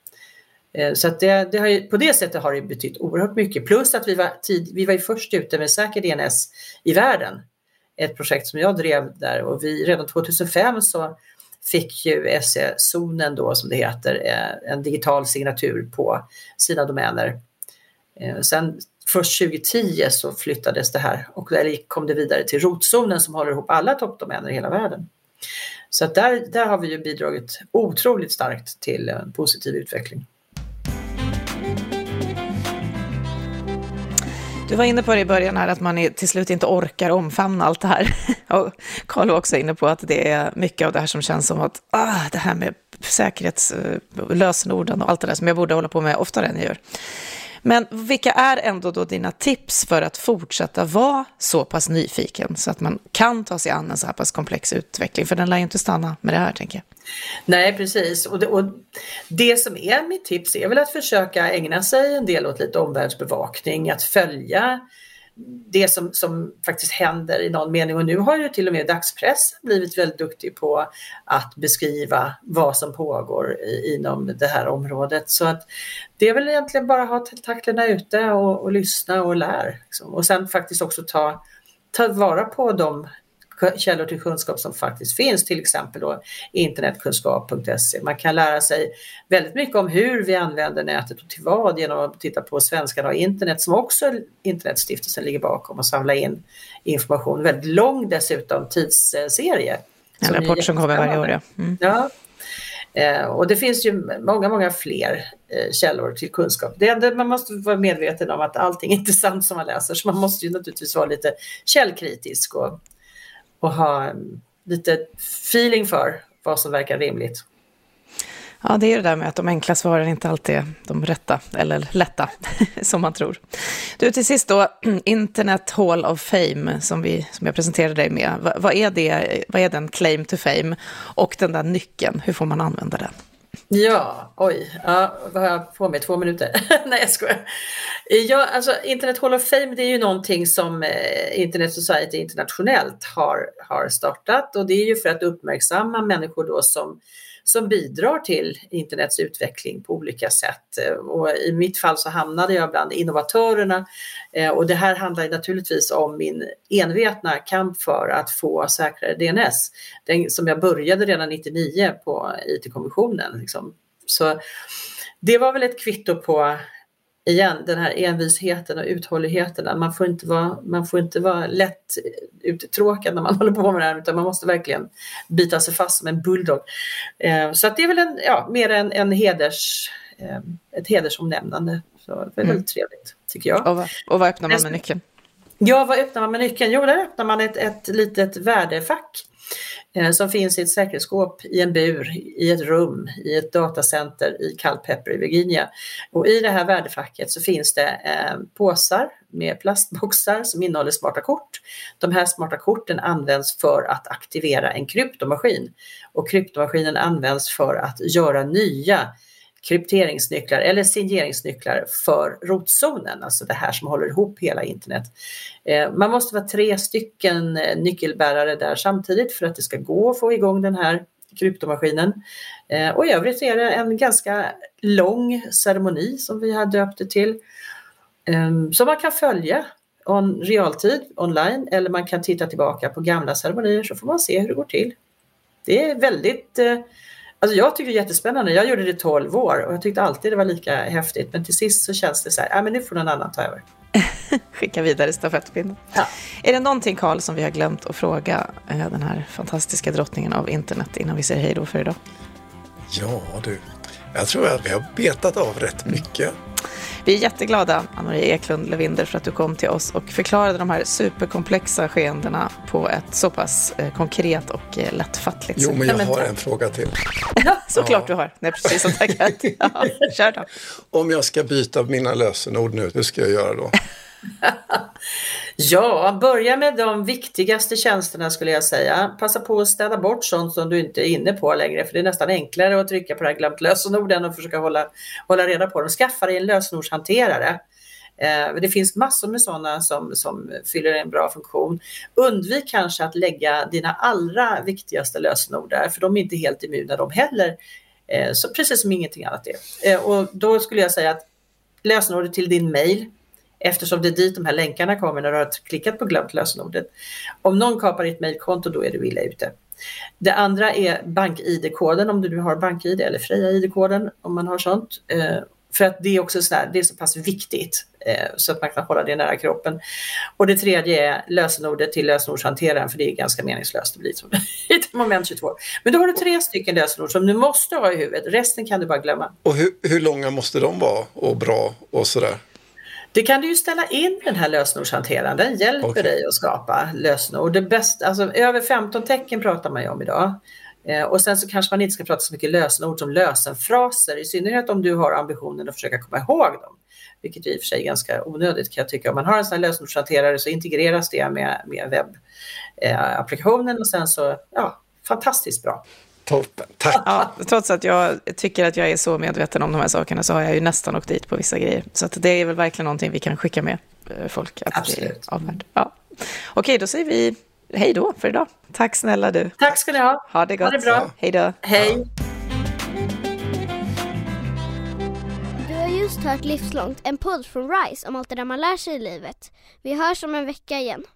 D: Så att det har ju, på det sättet har det betytt oerhört mycket. Plus att vi var ju först ute med säker DNS i världen. Ett projekt som jag drev där, och redan 2005 så fick ju SE-zonen då, som det heter, en digital signatur på sina domäner. Sen först 2010 så flyttades det här och kom det vidare till rotzonen som håller ihop alla toppdomäner i hela världen. Så att där har vi ju bidragit otroligt starkt till en positiv utveckling.
A: Du var inne på det i början här, att man till slut inte orkar omfamna allt det här. Och Carl var också inne på att det är mycket av det här som känns som att det här med säkerhetslösenorden och allt det där som jag borde hålla på med oftare än jag gör. Men vilka är ändå då dina tips för att fortsätta vara så pass nyfiken så att man kan ta sig an en så här pass komplex utveckling? För den lär ju inte stanna med det här, tänker jag.
D: Nej, precis. Och det som är mitt tips är väl att försöka ägna sig en del åt lite omvärldsbevakning, att följa det som faktiskt händer i någon mening. Och nu har ju till och med dagspress blivit väldigt duktig på att beskriva vad som pågår inom det här området. Så att det är väl egentligen bara att ha tentaklerna ute och lyssna och lära. Liksom. Och sen faktiskt också ta vara på de källor till kunskap som faktiskt finns, till exempel då internetkunskap.se. Man kan lära sig väldigt mycket om hur vi använder nätet och till vad genom att titta på Svenskarna och internet, som också Internetstiftelsen ligger bakom, och samla in information. Väldigt lång dessutom tidsserie.
A: En rapport som kommer varje år.
D: Ja. Och det finns ju många fler källor till kunskap. Man måste vara medveten om att allting inte är sant som man läser, så man måste ju naturligtvis vara lite källkritisk och ha lite feeling för vad som verkar rimligt.
A: Ja, det är ju det där med att de enkla svaren inte alltid är de rätta eller lätta som man tror. Du, till sist då, Internet Hall of Fame som jag presenterade dig med. Vad är det? Vad är den claim to fame? Och den där nyckeln, hur får man använda den?
D: Ja, vad har jag på mig? 2 minuter? Nej, jag skojar. Ja, alltså Internet Hall of Fame, det är ju någonting som Internet Society internationellt har startat, och det är ju för att uppmärksamma människor då som bidrar till internets utveckling på olika sätt. Och i mitt fall så hamnade jag bland innovatörerna, och det här handlar naturligtvis om min envetna kamp för att få säkrare DNS, den som jag började redan 99 på IT-kommissionen liksom. Så det var väl ett kvitto på, igen, den här envisheten och uthålligheten. Man får inte vara lätt uttråkad när man håller på med det här, utan man måste verkligen bita sig fast som en bulldog. Så att det är väl mer en ett hedersomnämnande. Så det är väldigt trevligt, tycker jag.
A: Och vad öppnar man med nyckeln?
D: Ja, vad öppnar man med nyckeln? Jo, där öppnar man ett litet värdefack som finns i ett säkerhetsskåp, i en bur, i ett rum, i ett datacenter i Culpeper i Virginia. Och i det här värdefacket så finns det påsar med plastboxar som innehåller smarta kort. De här smarta korten används för att aktivera en kryptomaskin. Och kryptomaskinen används för att göra nya krypteringsnycklar eller signeringsnycklar för rotzonen, alltså det här som håller ihop hela internet. Man måste vara 3 stycken nyckelbärare där samtidigt för att det ska gå att få igång den här kryptomaskinen. Och i övrigt är det en ganska lång ceremoni som vi har döpt det till, som man kan följa realtid online, eller man kan titta tillbaka på gamla ceremonier, så får man se hur det går till. Det är väldigt... Alltså jag tycker det är jättespännande. Jag gjorde det 12 år och jag tyckte alltid det var lika häftigt. Men till sist så känns det så här, men nu får någon annan ta över.
A: Skicka vidare stafettpinnen. Ja. Är det någonting, Carl, som vi har glömt att fråga den här fantastiska drottningen av internet innan vi säger hej då för idag?
B: Ja du, jag tror att vi har betat av rätt mycket.
A: Vi är jätteglada, Ann-Marie Eklund Levinder, för att du kom till oss och förklarade de här superkomplexa skeendena på ett så pass konkret och lättfattligt sätt.
B: Jo, men jag har en fråga till.
A: Ja, såklart du har. Nej, precis som tacket. Ja, kör då.
B: Om jag ska byta mina lösenord nu, hur ska jag göra då?
D: Ja, börja med de viktigaste tjänsterna skulle jag säga. Passa på att städa bort sånt som du inte är inne på längre, för det är nästan enklare att trycka på det här glömt lösenorden och försöka hålla reda på dem. Skaffa dig en lösenordshanterare. Det finns massor med sådana som fyller en bra funktion. Undvik kanske att lägga dina allra viktigaste lösenord där, för de är inte helt immuna de heller. Så precis som ingenting annat är. Och då skulle jag säga att lösenordet till din mail, eftersom det är dit de här länkarna kommer när du har klickat på glömt lösenordet. Om någon kapar ditt mejlkonto, då är du illa ute. Det andra är bank-ID-koden, om du nu har bank-ID, eller fria ID-koden om man har sånt. För att det är också så där, det är så pass viktigt så att man kan hålla det nära kroppen. Och det tredje är lösenordet till lösenordshanteraren, för det är ganska meningslöst, det blir som ett moment 22. Men då har du 3 stycken lösenord som du måste ha i huvudet. Resten kan du bara glömma.
B: Och hur långa måste de vara och bra och sådär?
D: Det kan du ju ställa in den här lösenordshanteraren. Den hjälper dig att skapa lösenord. Det bästa, alltså över 15 tecken pratar man ju om idag. Och sen så kanske man inte ska prata så mycket lösenord som lösenfraser. I synnerhet om du har ambitionen att försöka komma ihåg dem. Vilket i och för sig är ganska onödigt, kan jag tycka. Om man har en sån här lösenordshanterare så integreras det med webbapplikationen. Och sen så, fantastiskt bra.
B: Toppen, tack.
A: Ja, trots att jag tycker att jag är så medveten om de här sakerna, så har jag ju nästan åkt dit på vissa grejer. Så att det är väl verkligen någonting vi kan skicka med folk. Att
D: absolut.
A: Ja. Okej, då säger vi hej då för idag. Tack snälla du.
D: Tack ska ni ha.
A: Ha det gott.
D: Ha det bra.
A: Hej då.
D: Hej.
F: Du har just hört Livslångt, en podd från RISE om allt det där man lär sig i livet. Vi hörs om en vecka igen.